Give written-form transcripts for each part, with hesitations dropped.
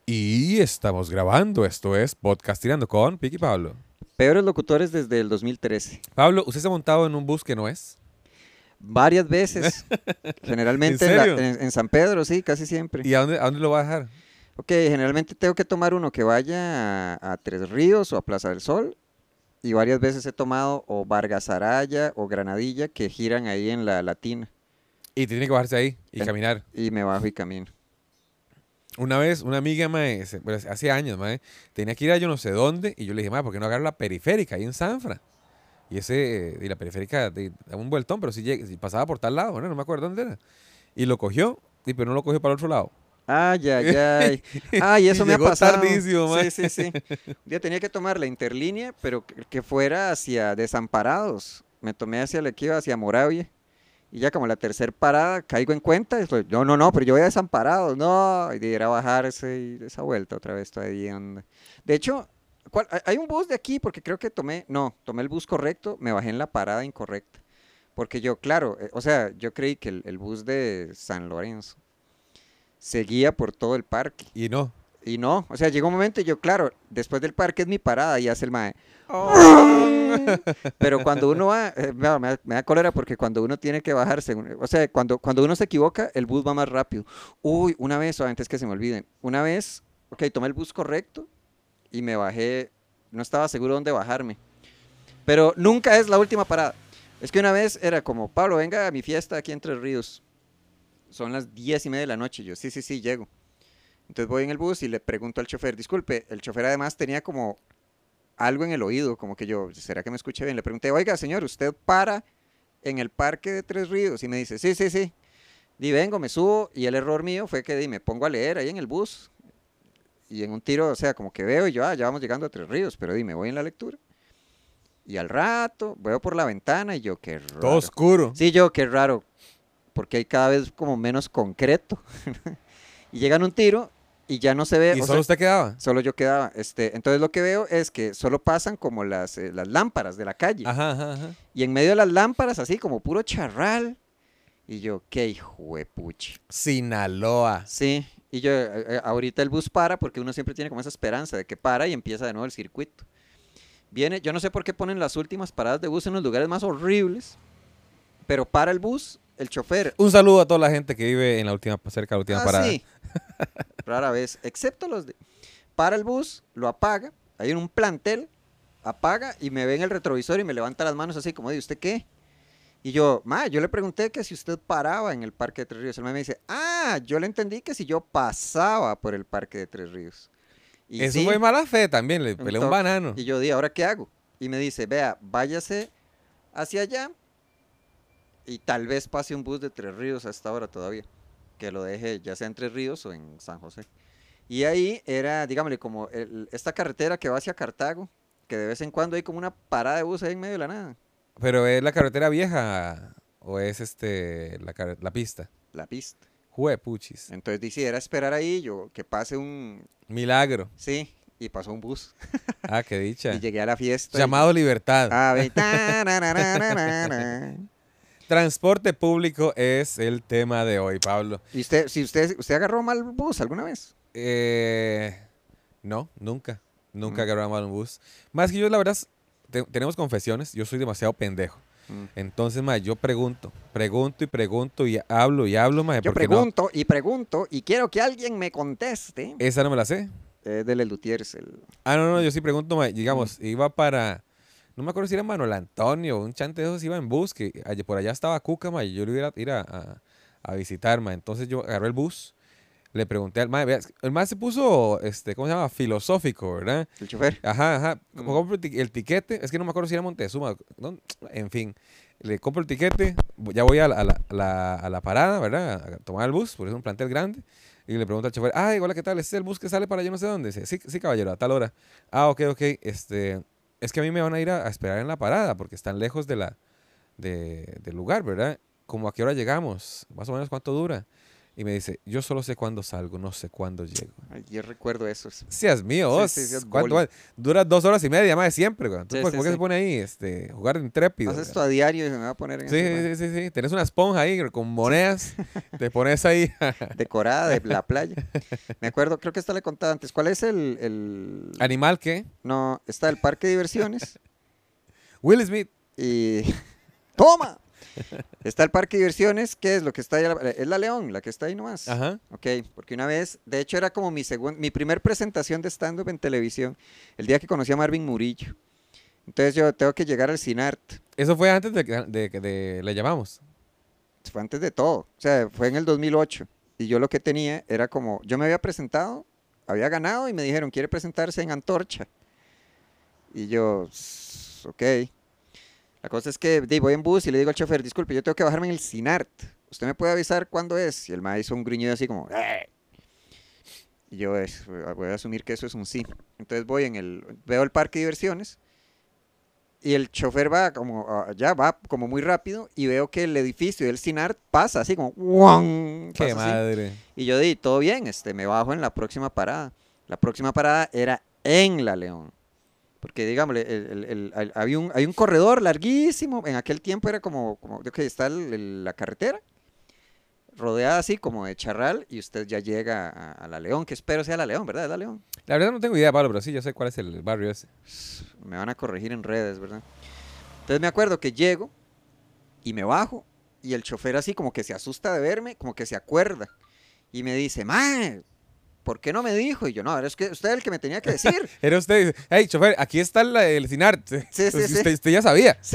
Y estamos grabando, esto es Podcast Tirando con Piqui Pablo. Peores locutores desde el 2013. Pablo, ¿usted se ha montado en un bus que no es? Varias veces, ¿En generalmente serio? en San Pedro, sí, casi siempre. ¿Y a dónde lo va a dejar? Ok, generalmente tengo que tomar uno que vaya a Tres Ríos o a Plaza del Sol. Y varias veces he tomado o Vargas Araya o Granadilla que giran ahí en la Latina. Y tiene que bajarse ahí y En- caminar. y me bajo y camino. Una vez, una amiga, mae, pues, hace años, mae, tenía que ir a yo no sé dónde, y yo le dije, mae, ¿por qué no agarrar la periférica ahí en Sanfra? Y la periférica da un vueltón, pero sí pasaba por tal lado, no me acuerdo dónde era. Y lo cogió, pero no lo cogió para el otro lado. Ay, ay, ay. Ay, Y eso me ha llegó pasado. tardísimo, mae. Sí, sí, sí. Un día tenía que tomar la interlínea, pero que fuera hacia Desamparados. Me tomé hacia la que iba hacia Moravia. Y ya como la tercera parada caigo en cuenta, no, no, no, pero yo voy a Desamparados, no, y de ir a bajarse y esa vuelta otra vez todavía anda. De hecho, hay un bus de aquí porque creo que tomé el bus correcto, me bajé en la parada incorrecta. Porque yo, claro, o sea, yo creí que el bus de San Lorenzo seguía por todo el parque. Y no. Y no, o sea, llegó un momento y yo, claro, después del parque es mi parada y hace el mae. Pero cuando uno va, me da cólera porque cuando uno tiene que bajarse, o sea, cuando uno se equivoca, el bus va más rápido. Uy, una vez, o antes que se me olviden, una vez, ok, tomé el bus correcto y me bajé, no estaba seguro dónde bajarme, pero nunca es la última parada. Es que una vez era como, Pablo, venga a mi fiesta aquí en Tres Ríos. Son las 10:30 de la noche. Yo, sí, sí, sí, llego. Entonces voy en el bus y le pregunto al chofer, disculpe, el chofer además tenía como algo en el oído, como que yo, ¿será que me escuché bien? Le pregunté, oiga, señor, ¿usted para en el parque de Tres Ríos? Y me dice, sí, sí, sí. Y vengo, me subo y el error mío fue que me pongo a leer ahí en el bus y en un tiro, o sea, como que veo y yo, ya vamos llegando a Tres Ríos, pero me voy en la lectura. Y al rato veo por la ventana y yo, qué Todo raro. oscuro. Sí, yo, qué raro, porque hay cada vez como menos concreto. Y llegan un tiro y ya no se ve, ¿Y o solo sea, usted quedaba? solo yo quedaba. Entonces lo que veo es que solo pasan como las lámparas de la calle. Ajá, ajá, ajá. Y en medio de las lámparas, así como puro charral. Y yo, qué hijo de puchi. Sinaloa. Sí, y yo, ahorita el bus para porque uno siempre tiene como esa esperanza de que para y empieza de nuevo el circuito. Viene, yo no sé por qué ponen las últimas paradas de bus en los lugares más horribles, pero para el bus, el chofer, Un saludo a toda la gente que vive cerca de la última ah, parada. sí, rara vez, excepto los de, para el bus, lo apaga, hay en un plantel, apaga y me ve en el retrovisor y me levanta las manos así como, ¿de usted qué? Y yo, yo le pregunté que si usted paraba en el Parque de Tres Ríos. El mae me dice, yo le entendí que si yo pasaba por el Parque de Tres Ríos. Y Eso fue sí, mala fe también, le un peleé un toque. banano. Y yo di, ¿ahora qué hago? Y me dice, vea, váyase hacia allá y tal vez pase un bus de Tres Ríos a esta hora todavía. Que lo deje ya sea en Tres Ríos o en San José. Y ahí era, digámosle, como esta carretera que va hacia Cartago, que de vez en cuando hay como una parada de bus ahí en medio de la nada. Pero ¿es la carretera vieja o es la pista? La pista. Juepuchis. Entonces dice, era esperar ahí, yo que pase Milagro. sí, y pasó un bus. Ah, qué Y dicha. llegué a la fiesta y, Llamado Libertad. tararararara. Transporte público es el tema de hoy, Pablo. ¿Y usted agarró mal bus alguna vez? Eh, no, nunca. Nunca Mm, agarraba mal un bus. Más que yo, la verdad, tenemos confesiones. Yo soy demasiado pendejo. mm. Entonces, ma, yo pregunto y pregunto y hablo, ma, Yo porque no. pregunto y quiero que alguien me conteste. Esa no me la sé. De Lelutiers, Ah, no, no, yo sí pregunto, ma, mm, digamos, iba para, no me acuerdo si era Manuel Antonio o un chante de esos, iba en bus, que por allá estaba Cuca, ma, y yo le iba a ir a visitar, ma. Entonces yo agarré el bus, le pregunté al ma, el ma se puso, ¿cómo se llama? Filosófico, ¿verdad? el chofer. Ajá, ajá. Mm. Compro el tiquete, es que no me acuerdo si era Montezuma, en fin. Le compro el tiquete, ya voy a la parada, ¿verdad? A tomar el bus, porque es un plantel grande. Y le pregunto al chofer, hola, ¿qué tal? ¿Este es el bus que sale para yo no sé dónde? Dice, sí, sí, caballero, a tal hora. Ah, ok, ok. Es que a mí me van a ir a esperar en la parada, porque están lejos del lugar, ¿verdad? ¿Cómo a qué hora llegamos? Más o menos cuánto dura. y me dice, yo solo sé cuándo salgo, no sé cuándo llego. Ay, yo recuerdo eso. Sí, Seas mío, vos. sí, sí, es ¿Cuánto boli. va? Dura 2 horas y media más de siempre, güey. Entonces, Sí, pues, sí, ¿por qué se sí. pone ahí, jugar intrépido, Haz güey? esto a diario y se me va a poner en Sí, ese rango. sí, sí, sí. Tenés una esponja ahí con Sí, monedas, te pones ahí. decorada de la playa. Me acuerdo, creo que esta le contaba antes. ¿Cuál es ¿Animal qué? No, está el parque de diversiones Will Smith. y... ¡Toma! Está el parque de diversiones, ¿qué es lo que está ahí? Es la León, la que está ahí nomás. Ajá. Ok, porque una vez, de hecho era como mi primer presentación de stand-up en televisión, el día que conocí a Marvin Murillo. Entonces yo tengo que llegar al Cinart. Eso fue antes de Le llamamos. Fue antes de todo, o sea, fue en el 2008. Y yo lo que tenía era como, yo me había presentado, había ganado y me dijeron, ¿quiere presentarse en Antorcha? Y yo, ok. La cosa es que voy en bus y le digo al chofer, disculpe, yo tengo que bajarme en el Cinart. ¿Usted me puede avisar cuándo es? Y el maestro hizo un gruñido así como, ¡eh! Y yo voy a asumir que eso es un sí. Entonces veo el parque de diversiones y el chofer va como, ya va como muy rápido y veo que el edificio del Cinart pasa así como, ¡guau! Qué Pasa así. madre. Y yo di, todo bien, me bajo en la próxima parada. La próxima parada era en La León. Porque, digamos, hay un corredor larguísimo. En aquel tiempo era como que está la carretera, rodeada así como de charral, y usted ya llega a La León, que espero sea La León, ¿verdad? Es La León. La verdad no tengo idea, Pablo, pero sí, yo sé cuál es el barrio ese. Me van a corregir en redes, ¿verdad? Entonces me acuerdo que llego y me bajo, y el chofer así como que se asusta de verme, como que se acuerda, y me dice, mae, ¿por qué no me dijo? Y yo, no, es que usted es el que me tenía que decir. Era usted, dice, hey, chofer, aquí está el Cinart. Sí, sí, Pues sí. usted ya sabía. Sí.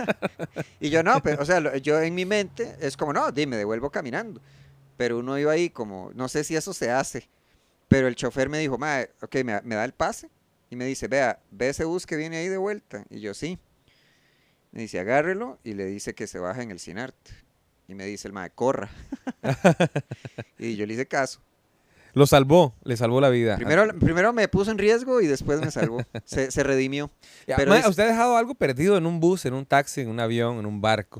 Y yo no, pero, o sea, yo en mi mente es como, no, me devuelvo caminando. Pero uno iba ahí como, no sé si eso se hace. Pero el chofer me dijo, ok, me da el pase. Y me dice, ve ese bus que viene ahí de vuelta. Y yo, sí. Me dice, agárrelo. Y le dice que se baja en el Cinart. Y me dice el mae, corra. Y yo le hice caso. Lo salvó, le salvó la vida. Primero me puso en riesgo y después me salvó. Se redimió. Ya, Pero mae, ¿usted ha dejado algo perdido en un bus, en un taxi, en un avión, en un barco?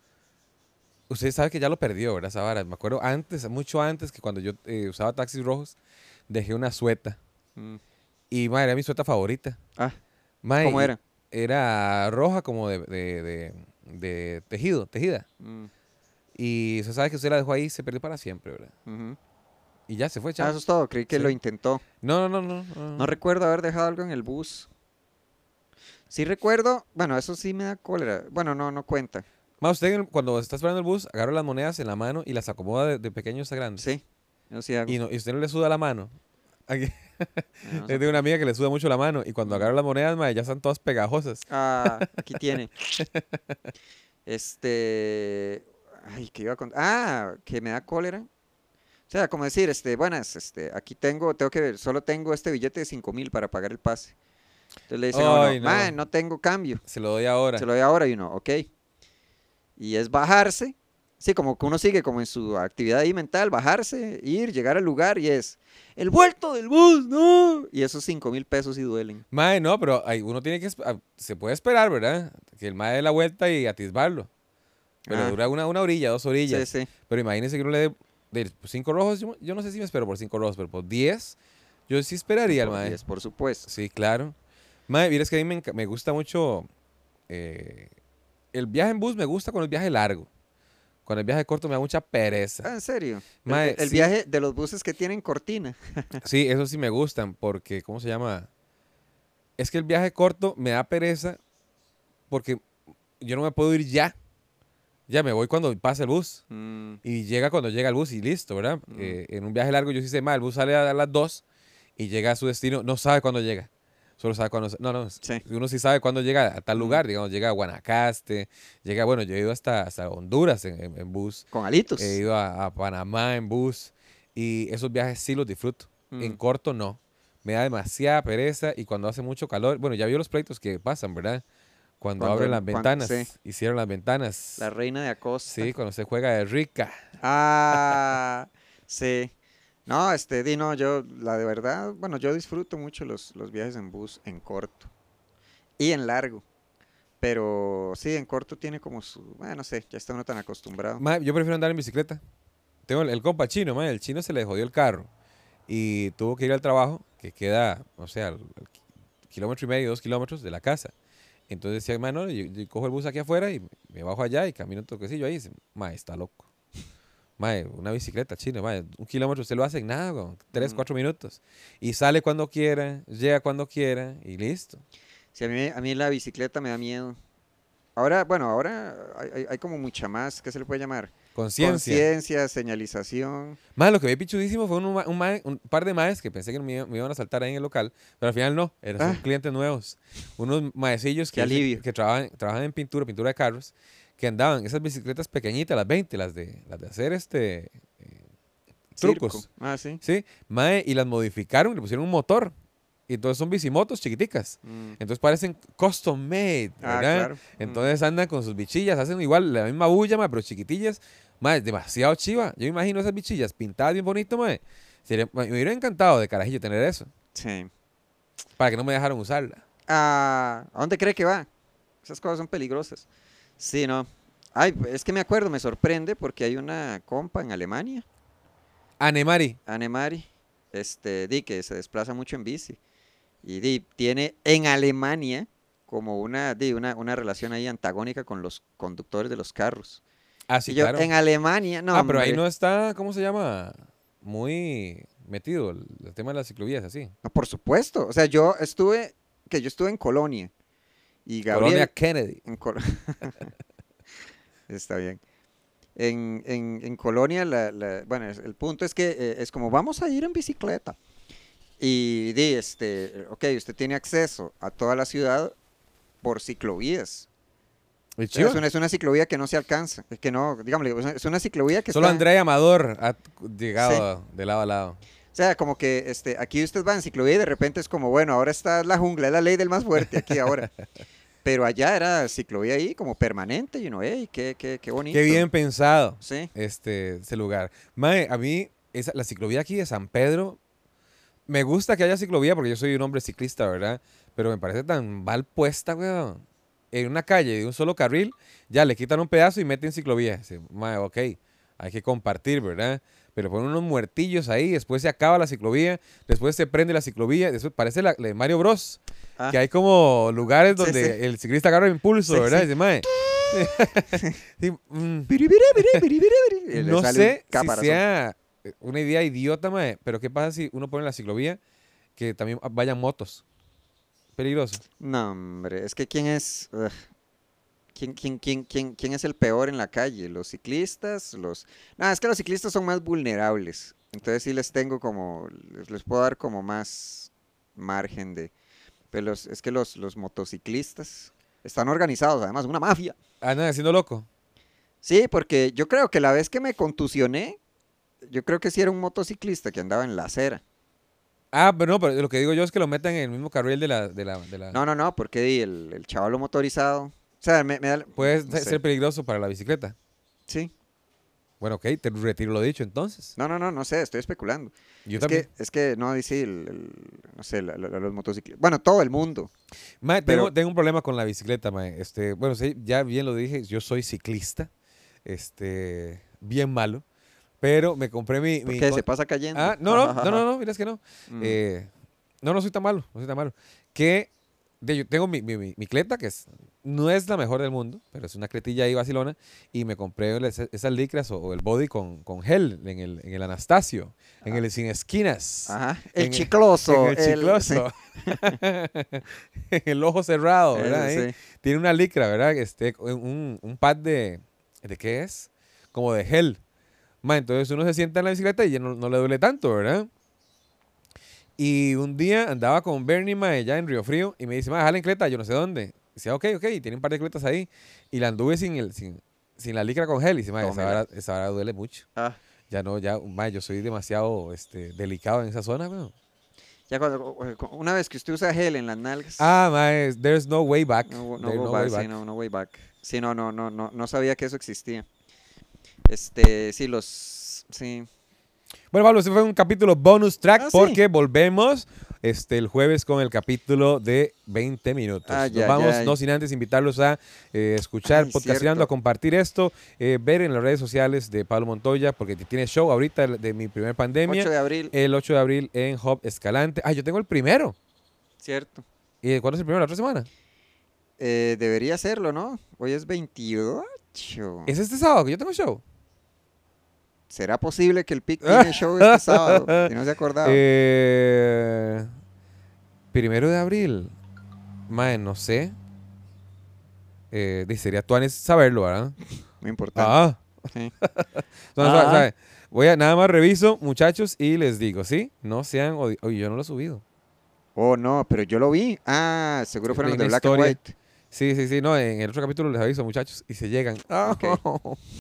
Usted sabe que ya lo perdió, ¿verdad, Savara? Me acuerdo antes, mucho antes, que cuando yo usaba taxis rojos, dejé una sueta. Mm. Y, mae, era mi sueta favorita. Ah, Mae, ¿cómo y era? era roja como de tejida. Mm, Y usted sabe que usted la dejó ahí, se perdió para siempre, ¿verdad? ujú. Y ya se fue, Ah, chao. eso es todo. Creí que Sí. lo intentó. No, no, no, no. No No. recuerdo haber dejado algo en el bus. Sí recuerdo, bueno, eso sí me da cólera. Bueno, no cuenta. Mae, usted cuando está esperando el bus, agarra las monedas en la mano y las acomoda de pequeños a grandes. Sí, yo sí hago. Y usted no le suda la mano. Aquí. No sé. Es de una amiga que le suda mucho la mano y cuando Mm. agarra las monedas, mae, ya están todas pegajosas. Ah, aquí tiene. Ay, ¿qué iba a contar? Ah, que me da cólera. O sea, como decir, buenas, aquí tengo que ver, solo tengo este billete de 5,000 para pagar el pase. Entonces le dicen a uno, Ay, no. no tengo cambio. Se lo doy ahora. Se lo doy ahora y uno, ok. Y es bajarse, sí, como que uno sigue como en su actividad ahí mental, bajarse, ir, llegar al lugar y es, el vuelto del bus, no. Y esos 5,000 pesos sí duelen. Mae, no, pero uno tiene que... se puede esperar, ¿verdad? Que el mae dé la vuelta y atisbarlo. Pero Ah, dura una orilla, 2 orillas. sí, sí. Pero imagínese que uno le dé de 5 rojos. Yo no sé si me espero por 5 rojos, pero por 10, yo sí esperaría al Por mae. 10, por supuesto. Sí, claro. Mae, mira, es que a mí me gusta mucho... el viaje en bus me gusta con el viaje largo. Con el viaje corto me da mucha pereza. Ah, ¿en serio? Mae, El sí. viaje de los buses que tienen cortina. Sí, eso sí me gustan porque, ¿cómo se llama? Es que el viaje corto me da pereza porque yo no me puedo ir ya. Ya me voy cuando pasa el bus. Mm, Y llega cuando llega el bus y listo, ¿verdad? mm. En un viaje largo yo sí sé más, el bus sale a las 2 y llega a su destino, no sabe cuándo llega. Solo sabe cuándo... No, Sí. uno sí sabe cuándo llega a tal Mm. lugar, digamos, llega a Guanacaste, llega, bueno, yo he ido hasta Honduras en bus, Con alitos. he ido a Panamá en bus y esos viajes sí los disfruto. En Mm. corto no. Me da demasiada pereza y cuando hace mucho calor, bueno, ya vio los pleitos que pasan, ¿verdad? Cuando abren las ventanas sí, y cierran las ventanas. la reina de Acosta. Sí, cuando se juega de rica. Ah, sí. No, no, yo, la de verdad, bueno, yo disfruto mucho los viajes en bus en corto y en largo. Pero sí, en corto tiene como su, bueno, no sé, ya está uno tan acostumbrado. Yo prefiero andar en bicicleta. tengo el compa chino, mae, el chino se le jodió el carro y tuvo que ir al trabajo, que queda, o sea, al kilómetro y medio, 2 kilómetros de la casa. Entonces decía, mae, no, yo cojo el bus aquí afuera y me bajo allá y camino un toquecillo ahí. Y dice, mae, está loco. Mae, una bicicleta chino, mae, 1 kilómetro usted lo hace en nada, weón, 3, Mm. 4 minutos. Y sale cuando quiera, llega cuando quiera y listo. Sí, a mí la bicicleta me da miedo. Ahora, bueno, ahora hay como mucha más, ¿qué se le puede llamar? Conciencia. Conciencia, señalización. Más lo que vi pichudísimo fue un par de maes que pensé que me iban a saltar ahí en el local, pero al final no, son Ah, clientes nuevos. Unos maecillos qué que, alivio. que trabajan en pintura de carros, que andaban esas bicicletas pequeñitas, las 20, las de hacer Circo. trucos, Ah, sí. ¿sí? Mae, y las modificaron, le pusieron un motor. Y entonces son bicimotos chiquiticas. Mm. Entonces parecen custom made, Ah, ¿verdad? claro. Mm. Entonces andan con sus bichillas, hacen igual la misma bulla, mae, pero chiquitillas. Mae, demasiado chiva. Yo me imagino esas bichillas pintadas bien bonito, mae. Me hubiera encantado de carajillo tener eso. Sí. Para que no me dejaron usarla. ¿A dónde cree que va? Esas cosas son peligrosas. Sí, no. Ay, es que me acuerdo, me sorprende porque hay una compa en Alemania, Anemari. Annemari, que se desplaza mucho en bici. Y tiene en Alemania como una relación ahí antagónica con los conductores de los carros. Ah, Y sí, yo, claro. en Alemania, no, Ah, pero ahí hombre. no está, ¿cómo se llama? Muy metido el tema de las ciclovías, así. No, por supuesto. O sea, yo estuve en Colonia. Y Colonia Gabriel, Kennedy. está bien. En Colonia, bueno, el punto es que es como vamos a ir en bicicleta. Y ok, usted tiene acceso a toda la ciudad por ciclovías. ¿Y O sea, chiva? es una ciclovía que no se alcanza, que no, digámosle, es una ciclovía que Solo está, Andrea y Amador ha sí. llegado de lado a lado. O sea, como que aquí usted va en ciclovía y de repente es como, bueno, ahora está la jungla, es la ley del más fuerte aquí ahora. Pero allá era ciclovía ahí como permanente y uno, ¡ey, qué bonito! Qué bien pensado Sí. ese lugar. Mae, a mí, la ciclovía aquí de San Pedro, me gusta que haya ciclovía porque yo soy un hombre ciclista, ¿verdad? Pero me parece tan mal puesta, weón. En una calle de un solo carril, ya le quitan un pedazo y meten ciclovía. Dice, mae, ok, hay que compartir, ¿verdad? Pero ponen unos muertillos ahí, después se acaba la ciclovía, después se prende la ciclovía, después parece la de Mario Bros. Ah, Que hay como lugares sí, donde sí. el ciclista agarra impulso, Sí, ¿verdad? sí. Dice, mae. Sí, Y le no sale un sé si caparazón. sea una idea idiota, mae, pero ¿qué pasa si uno pone en la ciclovía que también vayan motos? Peligroso. No, hombre, es que ¿quién es? Ugh. ¿Quién es el peor en la calle? ¿Los ciclistas? No, es que los ciclistas son más vulnerables. Entonces sí les tengo como, les puedo dar como más margen de. Pero es que los motociclistas están organizados, además, una mafia. Andan haciendo loco. Sí, porque yo creo que la vez que me contusioné, yo creo que sí era un motociclista que andaba en la acera. Ah, pero no, pero lo que digo yo es que lo metan en el mismo carril de la. No, porque el chavalo motorizado. O sea, me da. Puede No sé. ser peligroso para la bicicleta. Sí. Bueno, ok, te retiro lo dicho entonces. No sé, estoy especulando. Yo Es también. que, es que, no, dice no sé, los motociclistas. Bueno, todo el mundo. Mae, Pero, tengo un problema con la bicicleta, mae. Bueno, sí, ya bien lo dije, yo soy ciclista. Bien malo. Pero me compré ¿por qué? Se pasa cayendo. Ah, no, mira, es que no. Mm, Eh, no soy tan malo, no soy tan malo. Que yo tengo mi cleta, que no es la mejor del mundo, pero es una cletilla ahí vacilona, y me compré esas licras o el body con gel en el Anastasio, en el Sin Esquinas, ajá. en El chicloso. en el Sí, chicloso, en el ojo cerrado, ¿verdad? Ahí. sí. Tiene una licra, ¿verdad? Un pad ¿de qué es? Como de gel. Entonces uno se sienta en la bicicleta y ya no le duele tanto, ¿verdad? Y un día andaba con Bernie, mae, ya en Río Frío, y me dice, mae, jalen cleta, yo no sé dónde. Y decía, ok, y tiene un par de cletas ahí. Y la anduve sin la licra con gel. Y dice, mae, Tómela. esa vara duele mucho. Ah, Mae, yo soy demasiado delicado en esa zona, weón. ya una vez que usted usa gel en las nalgas. Ah, mae, there's no way back. No There's go no back, way sí, back. no way back. Sí, no sabía que eso existía. Sí. Bueno, Pablo, este fue un capítulo bonus track Ah, sí. porque volvemos el jueves con el capítulo de 20 minutos. Ay, Nos ay, vamos, ay. no sin antes invitarlos a escuchar Ay, Podcastinando, cierto. a compartir esto, ver en las redes sociales de Pablo Montoya, porque tiene show ahorita de mi primer 8 pandemia, de abril, el 8 de abril en Hub Escalante. Ah, yo tengo el primero. cierto. ¿Y cuándo es el primero? ¿La otra semana? Debería serlo, ¿no? Hoy es 28. ¿Es este sábado que yo tengo show? ¿Será posible que el PIC tiene show este sábado? Si no se acordaba. Eh, 1 de abril. Mae, no sé. Sería tuanes saberlo, ¿verdad? Muy importante. Ah. Sí. No, Ah. sabe. Voy a nada más reviso, muchachos, y les digo, ¿sí? No sean Oye, yo no lo he subido. Oh, no, pero yo lo vi. Ah, seguro fueron los de Una Black and historia. White. Sí, no, en el otro capítulo les aviso, muchachos, y se llegan. Ok.